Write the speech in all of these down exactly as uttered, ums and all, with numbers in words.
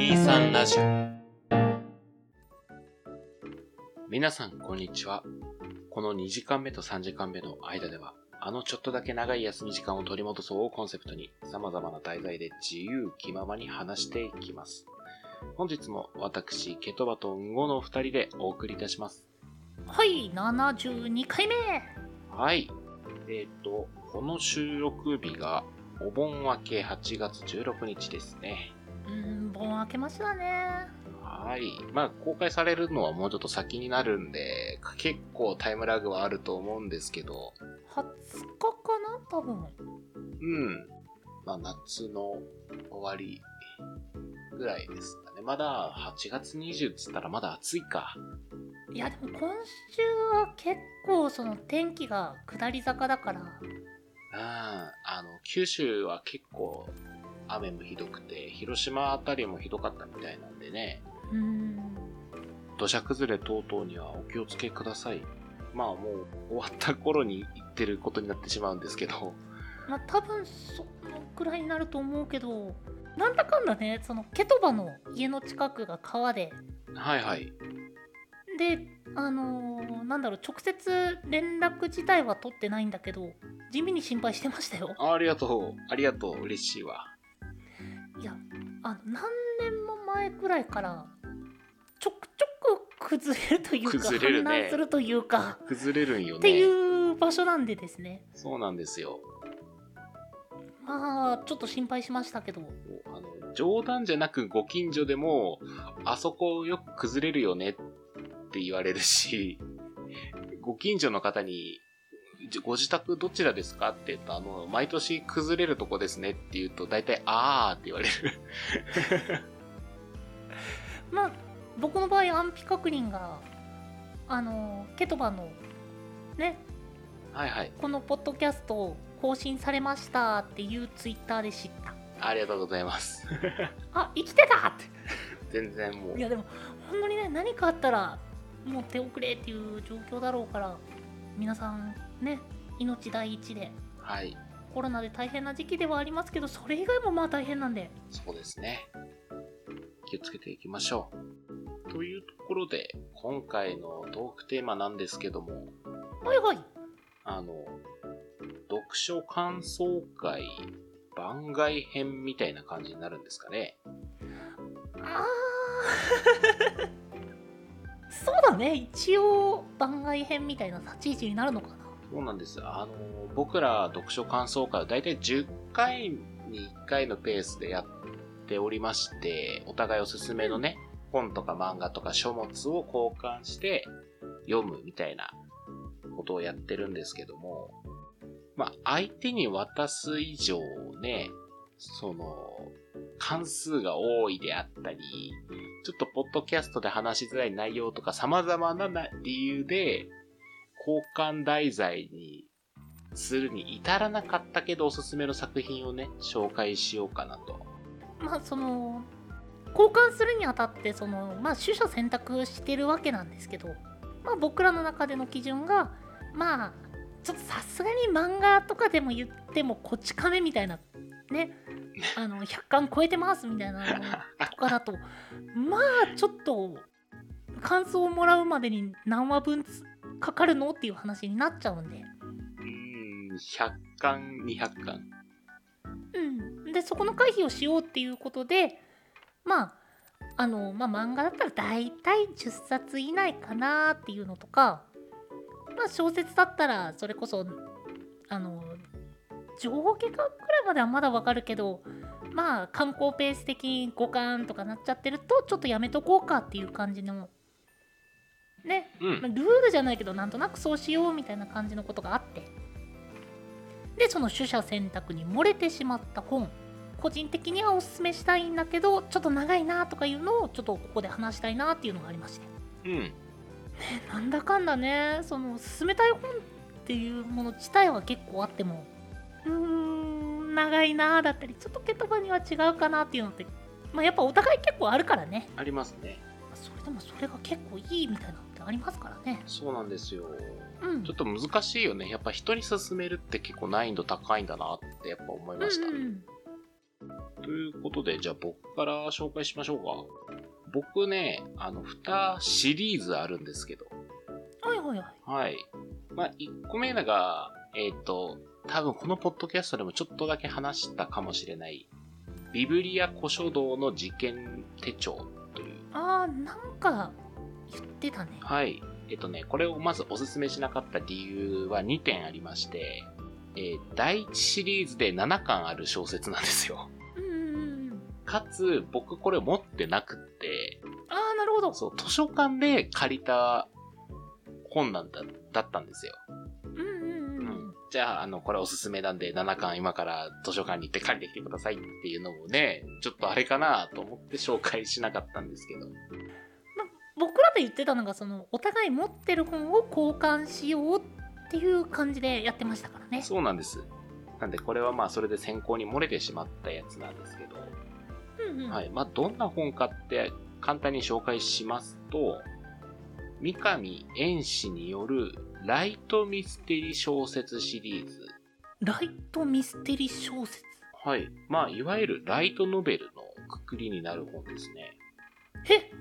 にじゅうさんラジオ。皆さんこんにちは。このにじかんめとさんじかんめの間では、あのちょっとだけ長い休み時間を取り戻そうをコンセプトに、様々な題材で自由気ままに話していきます。本日も私、ケトバとンゴのふたりでお送りいたします。 はい、ななじゅうにかいめ。 はい。えっと、この収録日がお盆明けはちがつじゅうろくにちですね。 うーん、盆明けましたね。 はい。まあ、公開されるのはもうちょっと先になるんで、結構タイムラグはあると思うんですけど。 はつかかな多分。 うん。まあ、夏の終わりぐらいですかね。まだはちがつにじゅうっつったらまだ暑いか。 いや、でも今週は結構その天気が下り坂だから。 ああ、あの、九州は結構雨もひどくて、広島あたりもひどかったみたいなんでね。 うーん。 土砂崩れ等々にはお気をつけください。まあもう終わった頃に言ってることになってしまうんですけど。 まあ多分そのくらいになると思うけど、なんだかんだね、そのケトバの家の近くが川で。 はいはい。 で、あのー、なんだろう、直接連絡自体は取ってないんだけど、地味に心配してましたよ。 ありがとう。ありがとう。嬉しいわ。 いや、あの何年も前くらいからちょくちょく崩れるというか、 崩れるね、 氾濫するというか崩れるんよねっていう場所なんでですね。 そうなんですよ。 まあちょっと心配しましたけど、 あの冗談じゃなくご近所でもあそこよく崩れるよねって言われるし、ご近所の方にご自宅どちらですかって言うと、あの毎年崩れるとこですねって言うと大体あーって言われるまあ僕の場合安否確認があのケトバのね、 はいはい、 このポッドキャスト更新されましたっていうツイッターで知った。 ありがとうございますあ、生きてたって全然もう、 いやでも本当にね、何かあったらもう手遅れっていう状況だろうから、皆さんね、命第一で。 はい、 コロナで大変な時期ではありますけど、それ以外もまあ大変なんで。 そうですね、気をつけていきましょう。というところで今回のトークテーマなんですけども、 はいはい。 あの読書感想会番外編みたいな感じになるんですかね。 あーそうだね、一応番外編みたいな立ち位置になるのかな。 そうなんです。あの僕ら読書感想会はだいたいじゅっかいにいっかいのペースでやっておりまして、お互いおすすめのね、本とか漫画とか書物を交換して読むみたいなことをやってるんですけども、まあ相手に渡す以上ね、その関数が多いであったり、ちょっとポッドキャストで話しづらい内容とか様々な理由で交換題材にするに至らなかったけど、おすすめの作品をね紹介しようかなと。 まあその交換するにあたってそのまあ取捨選択してるわけなんですけど、まあ僕らの中での基準がまあちょっとさすがに漫画とかでも言ってもこち亀みたいなね、あのひゃっかん超えてますみたいなのとかだとまあちょっと感想をもらうまでに何話分かかるのっていう話になっちゃうんで、 うーん、ひゃっかん、にひゃっかん。 うん、でそこの回避をしようっていうことで、まああのまあ漫画だったら大体じゅっさつ以内かなっていうのとか、まあ小説だったらそれこそあの上下巻くらいまではまだわかるけど、まあ観光ペース的にごかんとかなっちゃってるとちょっとやめとこうかっていう感じのね、 うん、 まあ、ルールじゃないけどなんとなくそうしようみたいな感じのことがあって、でその取捨選択に漏れてしまった本、個人的にはおすすめしたいんだけどちょっと長いなとかいうのをちょっとここで話したいなっていうのがありまして、 うん、 ね、なんだかんだね、その進めたい本っていうもの自体は結構あっても、うーん長いなだったりちょっとケトバには違うかなっていうのって、まあ、やっぱお互い結構あるからね。 ありますね。 それでもそれが結構いいみたいなのってありますからね。 そうなんですよ。 うん、 ちょっと難しいよね。やっぱ人に勧めるって結構難易度高いんだなってやっぱ思いました。 うんうん、 ということで、じゃあ僕から紹介しましょうか。僕ね、あの、にシリーズあるんですけど。 はいはいはい。 はい。まあ、いっこめのが、えっと、多分このポッドキャストでもちょっとだけ話したかもしれない、ビブリア古書道の事件手帳という。 あー、なんか言ってたね。 はい。えっとね、これをまずおすすめしなかった理由はにてんありまして、えー、だいいちシリーズでななかんある小説なんですよ。 うんうんうん。 かつ、僕これ持ってなくって、 あー、なるほど。 そう、図書館で借りた本なんだ、だったんですよ。 うんうんうん。 うん、じゃあ、あの、これおすすめなんでななかん今から図書館に行って借りてきてくださいっていうのもね、ちょっとあれかなと思って紹介しなかったんですけど。 ま、僕らで言ってたのが、そのお互い持ってる本を交換しようっていう感じでやってましたからね。 そうなんです。なんでこれはまあそれで選考に漏れてしまったやつなんですけど。 うんうん。 はい。まあどんな本かって簡単に紹介しますと、三上遠氏によるライトミステリ小説シリーズ。 ライトミステリ小説。 はい。まあいわゆるライトノベルのくくりになる本ですね。 え、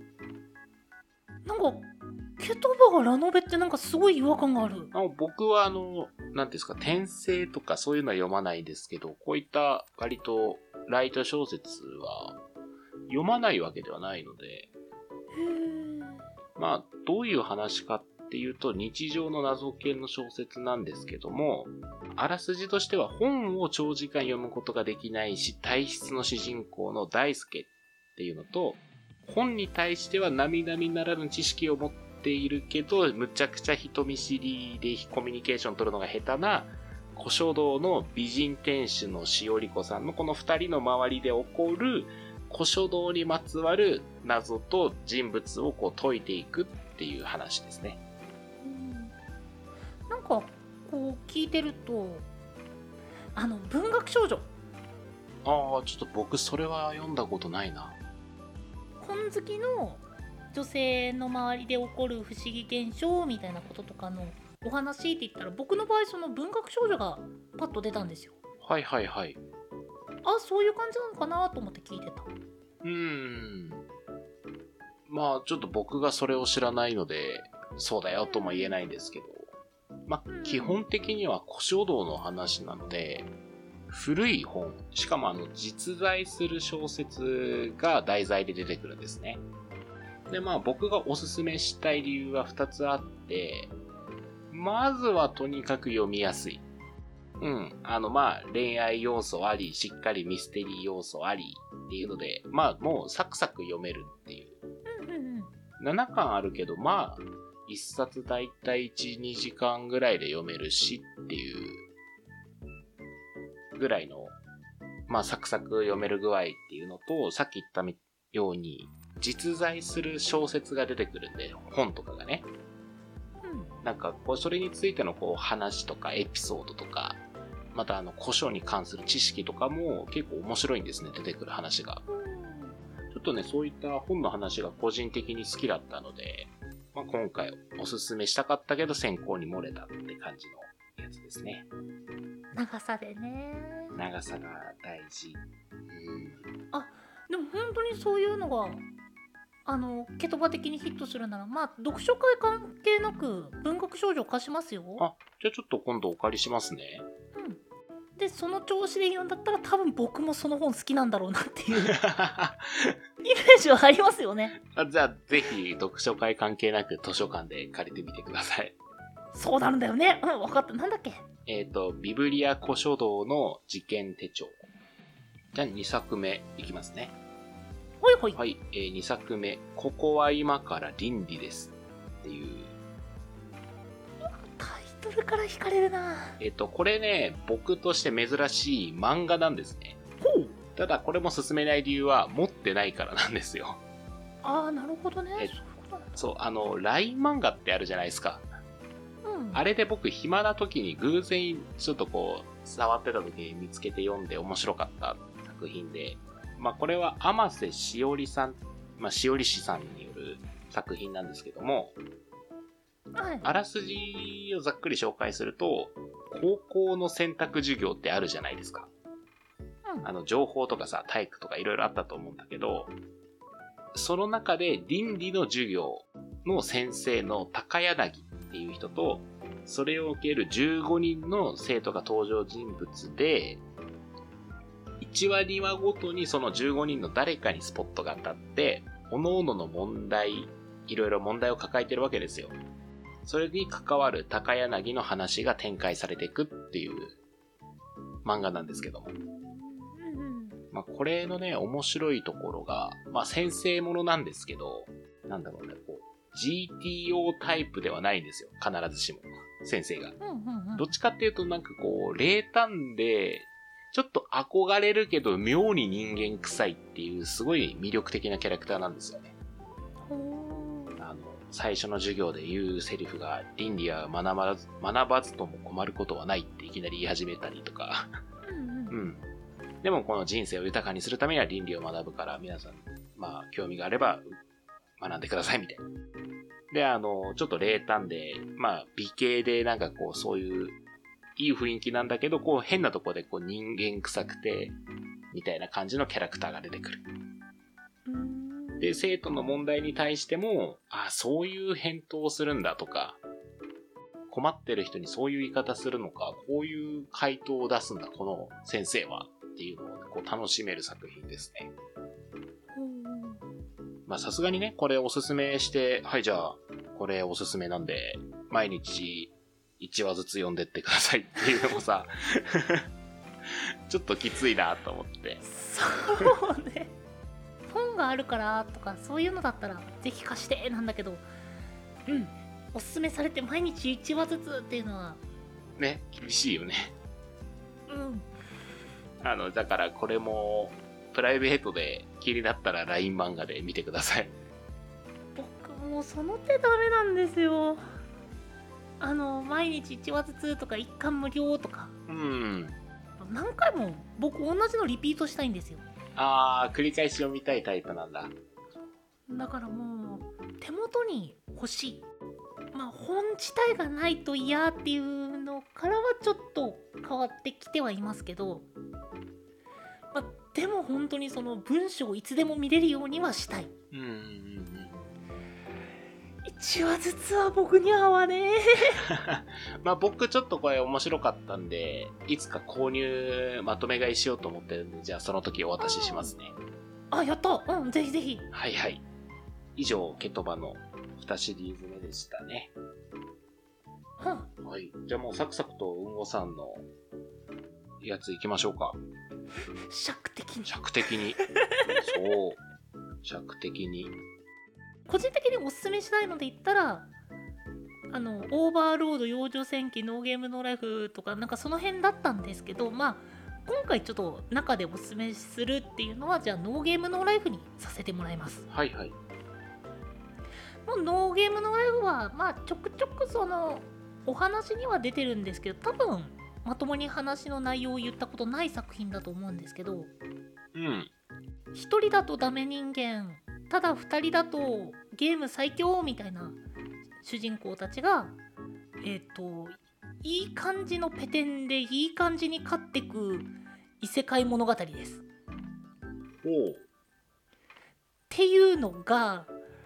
なんかケトバがラノベってなんかすごい違和感がある。 あの僕はあの、なんていうんですか、転生とかそういうのは読まないですけど、こういった割とライト小説は読まないわけではないので、 へー。 まあ、どういう話かっていうと、日常の謎系の小説なんですけども、あらすじとしては本を長時間読むことができないし、体質の主人公の大輔っていうのと、本に対しては並々ならぬ知識を持っているけど、むちゃくちゃ人見知りでコミュニケーション取るのが下手な、古書道の美人店主のしおりこさんのこの二人の周りで起こる古書道にまつわる謎と人物をこう解いていくっていう話ですね。 うん、なんかこう聞いてると、あの文学少女、 ああ、ちょっと僕それは読んだことないな。 本好きの女性の周りで起こる不思議現象みたいなこととかのお話って言ったら、僕の場合その文学少女がパッと出たんですよ。 はいはいはい。 あ、そういう感じなのかなと思って聞いてた。 うーん。まあちょっと僕がそれを知らないので、そうだよとも言えないんですけど、まあ基本的には古書道の話なので、古い本、しかもあの実在する小説が題材で出てくるんですね。でまあ僕がおすすめしたい理由はふたつあって、まずはとにかく読みやすい。うん。あの、まあ、恋愛要素あり、しっかりミステリー要素ありっていうので、まあ、もうサクサク読めるっていう。 うんうんうん。 ななかんあるけど、まあ、一冊だいたいいち、にじかんぐらいで読めるしっていうぐらいの、まあ、サクサク読める具合っていうのと、さっき言ったように、実在する小説が出てくるんで、本とかがね。なんかこうそれについてのこう話とかエピソードとか、またあの古書に関する知識とかも結構面白いんですね、出てくる話が。ちょっとね、そういった本の話が個人的に好きだったので、まあ、今回おすすめしたかったけど選考に漏れたって感じのやつですね。 長さでね。 長さが大事。うん。 あ、でも本当にそういうのがあのケトバ的にヒットするなら、まあ読書会関係なく文学少女貸しますよ。 あ、じゃあちょっと今度お借りしますね。 うん。でその調子で言うんだったら、多分僕もその本好きなんだろうなっていうイメージはありますよね。 あ、じゃあぜひ読書会関係なく図書館で借りてみてください。 そうなるんだよね。うん、分かった。なんだっけ。 えっと、ビブリア古書道の事件手帳。じゃあにさくめいきますね。 ほいほい。 はい、えー、にさくめ、ここは今から倫理ですっていう。 タイトルから惹かれるな。 えっと、これね、僕として珍しい漫画なんですね。 ほう。 ただ、これも進めない理由は持ってないからなんですよ。 ああ、なるほどね。 えそういうことなんだ。 そう、あの、ライン 漫画ってあるじゃないですか。 うん。 あれで僕、暇な時に偶然、ちょっとこう、触ってた時に見つけて読んで面白かった作品で、まあ、これは天瀬しおりさん、まあ、しおり氏さんによる作品なんですけども、 はい。 あらすじをざっくり紹介すると、高校の選択授業ってあるじゃないですか。 うん。 あの情報とかさ、体育とかいろいろあったと思うんだけど、その中で倫理の授業の先生の高柳っていう人と、それを受けるじゅうごにんの生徒が登場人物で、いちわにわごとにそのじゅうごにんの誰かにスポットが当たって、各々の問題、いろいろ問題を抱えてるわけですよ。それに関わる高柳の話が展開されていくっていう漫画なんですけども。まあ、これのね、面白いところが、まあ、先生ものなんですけど、なんだろうね、こう、ジーティーオー タイプではないんですよ。必ずしも。先生が。どっちかっていうと、なんかこう、冷淡で、ちょっと憧れるけど、妙に人間臭いっていう、すごい魅力的なキャラクターなんですよね。あの、最初の授業で言うセリフが、倫理は学ばず、学ばずとも困ることはないっていきなり言い始めたりとか。うん。でもこの人生を豊かにするためには倫理を学ぶから皆さん、まあ興味があれば学んでくださいみたいな。で、あの、ちょっと冷淡で、まあ美形でなんかこうそういういい雰囲気なんだけど、こう変なとこでこう人間臭くて、みたいな感じのキャラクターが出てくる。で、生徒の問題に対しても、あ、そういう返答をするんだとか、困ってる人にそういう言い方するのか、こういう回答を出すんだ、この先生は。っていうのをこう楽しめる作品ですね。まあさすがにね、これおすすめして、はいじゃあ、これおすすめなんで、毎日いちわずつ読んでってくださいっていうのもさ、ちょっときついなと思って。 そうね。本があるからとかそういうのだったらぜひ貸してなんだけど、うん、おすすめされて毎日いちわずつっていうのはね、厳しいよね。 うん。 あの、だからこれも、プライベートで気になったら ライン 漫画で見てください。 僕もうその手ダメなんですよ。あの、毎日いちわずつとかいっかん無料とか。 うん。 何回も僕同じのリピートしたいんですよ。 あー、繰り返し読みたいタイプなんだ。 だからもう、手元に欲しい。まあ本自体がないと嫌っていうのからはちょっと変わってきてはいますけど、まあ、でも本当にその文章をいつでも見れるようにはしたい。 うんうんうん。 いちわずつは僕には合わねえ。 まあ僕ちょっとこれ面白かったんで、いつか購入まとめ買いしようと思ってるんで、じゃあその時お渡ししますね。 あ、やった。うん、ぜひぜひ。 はいはい。以上、ケトバのにシリーズ目でしたね。 うん。 はい。じゃあもうサクサクとうんごさんのやつ行きましょうか。 尺的に。 尺的に。そう。尺的に。 個人的におすすめしたいので言ったら、あの、オーバーロード、幼女戦記、ノーゲームノーライフとか、なんかその辺だったんですけど、まあ、今回ちょっと中でおすすめするっていうのは、じゃあノーゲームノーライフにさせてもらいます。 はいはい。 もうノーゲームノーライフは、まあ、ちょくちょくその、お話には出てるんですけど、多分、まともに話の内容を言ったことない作品だと思うんですけど、 うん。 一人だとダメ人間、ただ二人だとゲーム最強みたいな主人公たちが、えっと、いい感じのペテンでいい感じに勝ってく異世界物語です。 おう。 っていうのが、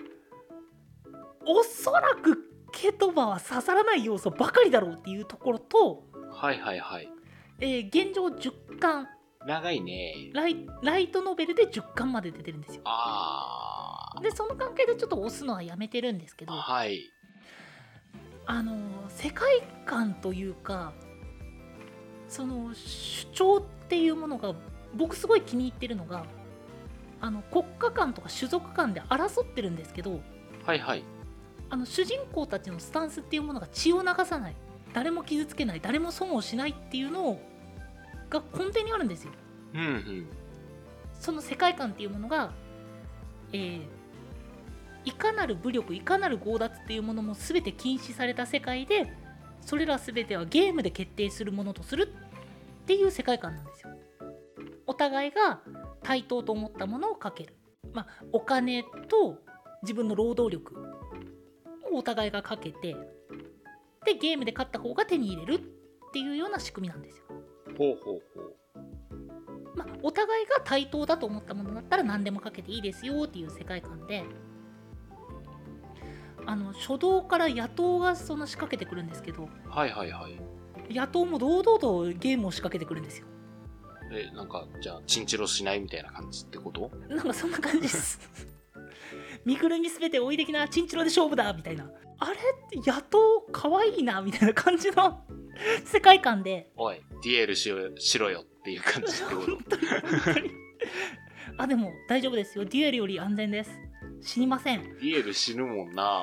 おそらくケトバは刺さらない要素ばかりだろうっていうところと、 はいはいはい。 えー現状じゅっかん、 長いね。 ライ、ライトノベルでじゅっかんまで出てるんですよ。 あー。 で、その関係でちょっと押すのはやめてるんですけど、 はい。 あの世界観というか、その主張っていうものが僕すごい気に入ってるのが、あの国家間とか種族間で争ってるんですけど、 はいはい。 あの主人公たちのスタンスっていうものが血を流さない、誰も傷つけない、誰も損をしないっていうのが根底にあるんですよ。 うんうん。 その世界観っていうものが、えーいかなる武力、いかなる強奪っていうものも全て禁止された世界で、それら全てはゲームで決定するものとするっていう世界観なんですよ。お互いが対等と思ったものをかける、まあ、お金と自分の労働力をお互いがかけて、でゲームで勝った方が手に入れるっていうような仕組みなんですよ。 ほうほうほう。 まあ、 お互いが対等だと思ったものだったら何でもかけていいですよっていう世界観で、あの初動から野党がその仕掛けてくるんですけど、 はいはいはい。 野党も堂々とゲームを仕掛けてくるんですよ。 え、なんか、じゃあ、チンチロしないみたいな感じってこと？ なんかそんな感じです身ぐるみすべておいできなチンチロで勝負だみたいな、あれ野党かわいいなみたいな感じの世界観で、 おい、デュエルしろしろよっていう感じってこと？ 本当に本当にあ、でも大丈夫ですよ、デュエルより安全です、死にません。 デュエル死ぬもんな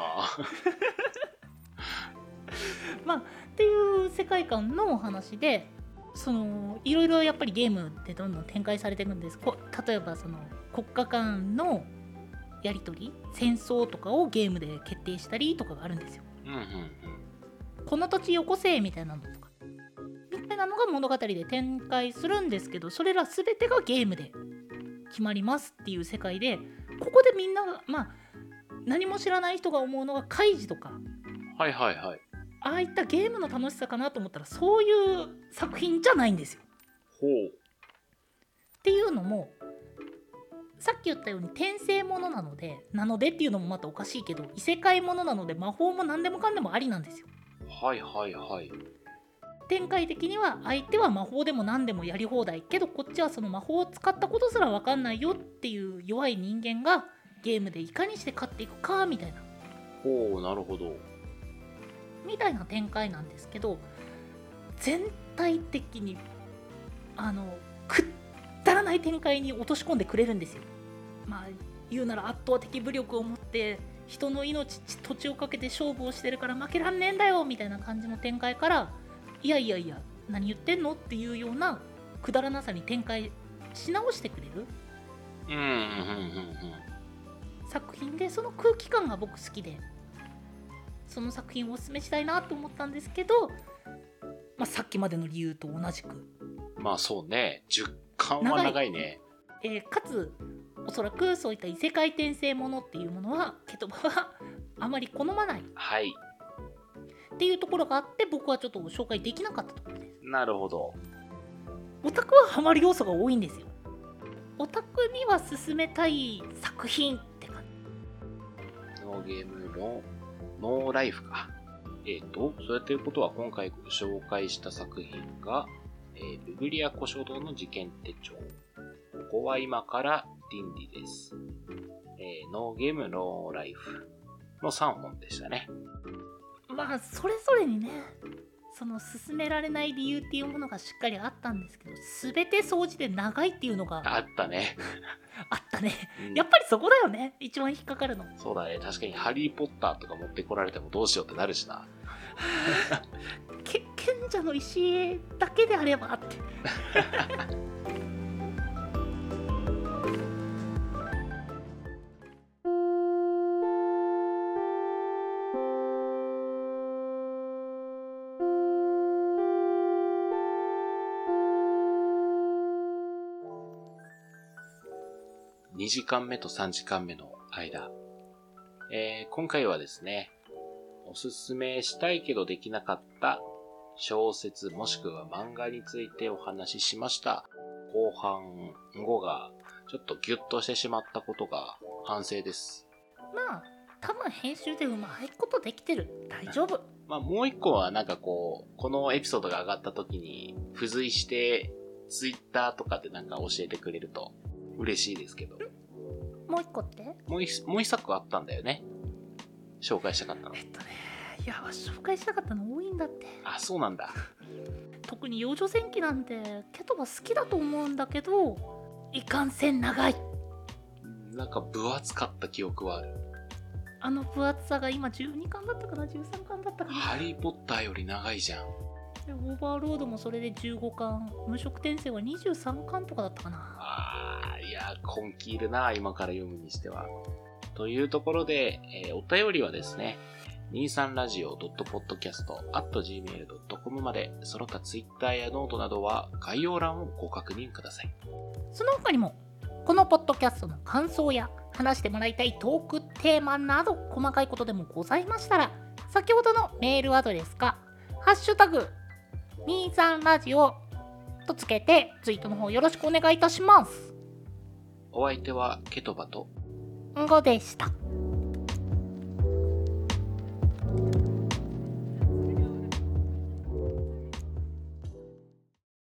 まあっていう世界観のお話で、そのいろいろやっぱりゲームってどんどん展開されていくんです。こ例えばその国家間のやり取り、戦争とかをゲームで決定したりとかがあるんですよ。 うんうんうん。 この土地よこせみたいなのとかみたいなのが物語で展開するんですけど、それら全てがゲームで決まりますっていう世界で、ここでみんながまあ何も知らない人が思うのがカイジとか、 はいはいはい。 ああいったゲームの楽しさかなと思ったら、そういう作品じゃないんですよ。 ほう。 っていうのも、さっき言ったように転生ものなので、なのでっていうのもまたおかしいけど、異世界ものなので魔法も何でもかんでもありなんですよ。 はいはいはい。 展開的には相手は魔法でも何でもやり放題けど、こっちはその魔法を使ったことすら分かんないよっていう弱い人間がゲームでいかにして勝っていくかみたいな、 ほう、なるほど。 みたいな展開なんですけど、全体的にあのくったらない展開に落とし込んでくれるんですよ。まあ言うなら圧倒的武力を持って人の命土地をかけて勝負をしてるから負けらんねえんだよみたいな感じの展開から、いやいやいや何言ってんのっていうようなくだらなさに展開し直してくれるうんうんうんうん作品で、その空気感が僕好きで、その作品をおすすめしたいなと思ったんですけど、まあ、さっきまでの理由と同じく、 まあそうね、じゅっかんは長いね。 えーかつおそらくそういった異世界転生ものっていうものはケトバはあまり好まないはい。 っていうところがあって、僕はちょっと紹介できなかったところです。 なるほど。 オタクはハマる要素が多いんですよ。オタクには勧めたい作品って感じ。 ノーゲームのノーライフか。えっ、ー、と、そうやっていうことは今回ご紹介した作品が、えー、ビブリア古書堂の事件手帳。ここは今から倫理です。えー、ノーゲームノーライフのさんほんでしたね。 まあそれぞれにね、その進められない理由っていうものがしっかりあったんですけど、全て総じて長いっていうのがあったね。 あったね、 うん、 やっぱりそこだよね、一番引っかかるの。 そうだね、確かにハリーポッターとか持ってこられてもどうしようってなるしな。 け賢者の石だけであればってにじかんめとさんじかんめの間、えー、今回はですね、おすすめしたいけどできなかった小説もしくは漫画についてお話ししました。後半後がちょっとギュッとしてしまったことが反省です。 まあ多分編集でうまいことできてる、大丈夫。 まあもう一個はなんかこう、このエピソードが上がった時に付随してツイッターとかでなんか教えてくれると嬉しいですけど。 もう一個ってもう一もう一作あったんだよね、紹介したかったの。 えっとねいや紹介したかったの多いんだって。 あ、そうなんだ。 特に幼女戦記なんてケトバ好きだと思うんだけど、いかんせん長い。 なんか分厚かった記憶はある。 あの分厚さが今じゅうにかんだったかな、じゅうさんかんだったかな。 ハリーポッターより長いじゃん。 でオーバーロードもそれでじゅうごかん、無色転生はにじゅうさんかんとかだったかな。 あー、いや根気いるな、今から読むにしては。というところで、えー、お便りはですね、にじゅうさんラジオ ドットポッドキャスト アットジーメールドットコム まで、その他ツイッターやノートなどは概要欄をご確認ください。 その他にもこのポッドキャストの感想や話してもらいたいトークテーマなど細かいことでもございましたら、先ほどのメールアドレスかハッシュタグにじゅうさんラジオとつけてツイートの方よろしくお願いいたします。 お相手はケトバとんごでした。